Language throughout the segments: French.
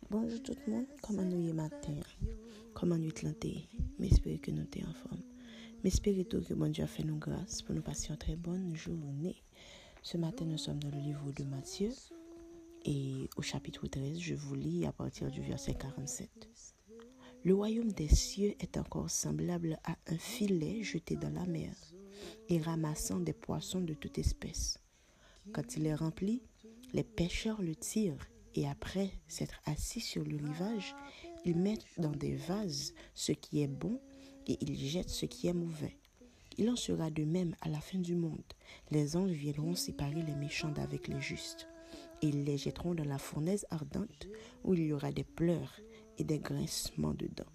Bonjour tout le monde, comment nous y matin? Comment nous planter? J'espère que nous sommes en forme. J'espère tout que bon Dieu a fait nous grâce pour nous passer une très bonne journée. Ce matin, nous sommes dans le livre de Matthieu et au chapitre 13, je vous lis à partir du verset 47. Le royaume des cieux est encore semblable à un filet jeté dans la mer et ramassant des poissons de toute espèce. Quand il est rempli, les pêcheurs le tirent et après s'être assis sur le rivage, ils mettent dans des vases ce qui est bon et ils jettent ce qui est mauvais. Il en sera de même à la fin du monde. Les anges viendront séparer les méchants d'avec les justes et ils les jetteront dans la fournaise ardente où il y aura des pleurs et des grincements de dents.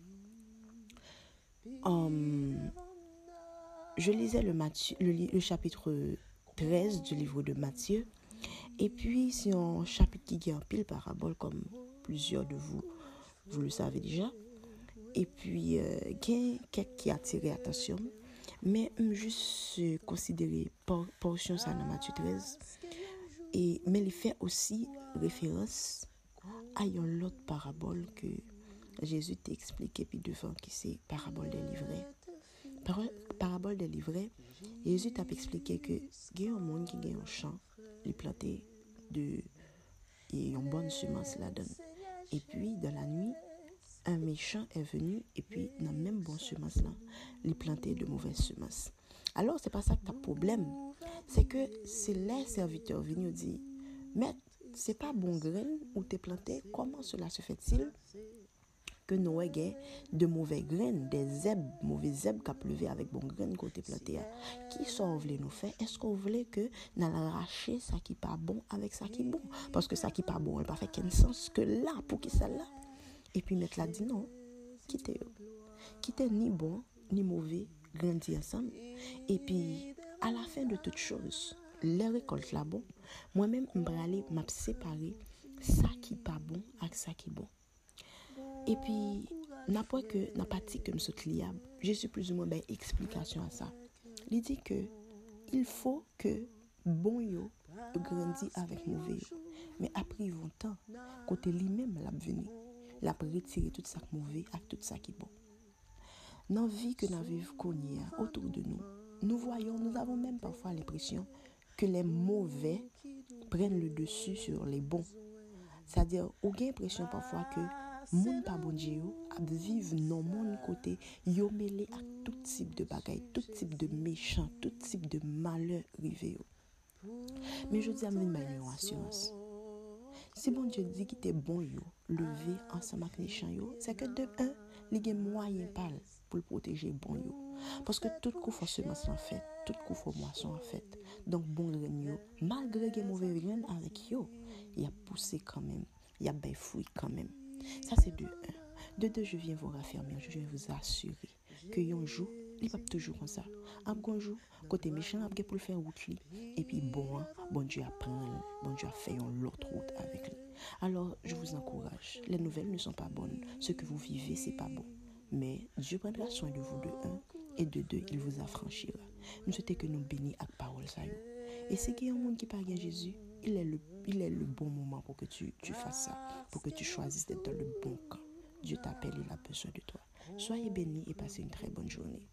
Je lisais le chapitre 13 du livre de Matthieu. Et puis, c'est un chapitre qui est en pile parabole, comme plusieurs de vous le savez déjà. Et puis, il y a quelques qui attirent l'attention. Mais juste considérer portion ça dans Matthieu 13. Mais il fait aussi référence à une autre parabole que Jésus t'a expliqué puis devant qui c'est parabole des livrets. Parabole des livrets, Jésus t'a expliqué que il y a un monde qui a un champ, il planté et une bonne semence là-dedans. Et puis dans la nuit, un méchant est venu et puis dans la même bonne semence là, il planté de mauvaises semences. Alors c'est pas ça que t'as problème, c'est que c'est les serviteurs venus dire, mais c'est pas bon grain où t'es planté, comment cela se fait-il que nous avons de mauvais graines, des mauvais zèbres qui ont pleuvé avec bon graines côté planté. Qui sont voulez nous faire? Est-ce qu'on voulait que nous arracher ça qui pas bon avec ça qui bon? Parce que ça qui pas bon, elle pas fait qu'un sens que là pour qui ça là. Et puis mettre là dit non, quittez ni bon ni mauvais, grandir ensemble. Et puis à la fin de toute chose, les récoltes là bon, moi-même m'a séparer ça qui pas bon avec ça qui bon. Et puis, n'a pas dit que je liable. Je suis plus ou moins ben explication à ça. Il dit que il faut que bon yo grandit avec mauvais yo. Mais après ils vont temps côté lui-même l'a venu. L'a retirer tout ça mauvais avec tout ça qui bon. Dans la vie que nous vivons autour de nous, nous avons même parfois l'impression que les mauvais prennent le dessus sur les bons. C'est-à-dire, on a l'impression parfois que moun pas bon Dieu a vivre dans mon côté yo mêlé à tout type de bagaille, tout type de méchant, tout type de malheur rivé. Mais je dis à une assurance. Si bon Dieu dit qu'il était bon yo, lever ensemble avec les méchants yo, c'est que de un, il y a moyen pal pour le protéger bon yo. Parce que tout coup faut semence en fait, tout coup faut moisson en fait. Donc bon grain yo, malgré les mauvais grain avec yo, il a poussé quand même, il a ben fruit quand même. Ça c'est de 1. De 2, je viens vous raffermir, je viens vous assurer que un jour, il va toujours comme ça. Un jour, côté méchant, il pour le faire route lui. Et puis bon Dieu apprend, bon Dieu a fait une autre route avec lui. Alors, je vous encourage. Les nouvelles ne sont pas bonnes. Ce que vous vivez, c'est pas bon. Mais Dieu prendra soin de vous de 1 et de 2, il vous affranchira. Nous souhaitons que nous bénissions avec parole ça. Et c'est qu'il y a un monde qui parle à Jésus, il est le bon moment pour que tu fasses ça, pour que tu choisisses d'être dans le bon camp. Dieu t'appelle, il a besoin de toi. Soyez bénis et passez une très bonne journée.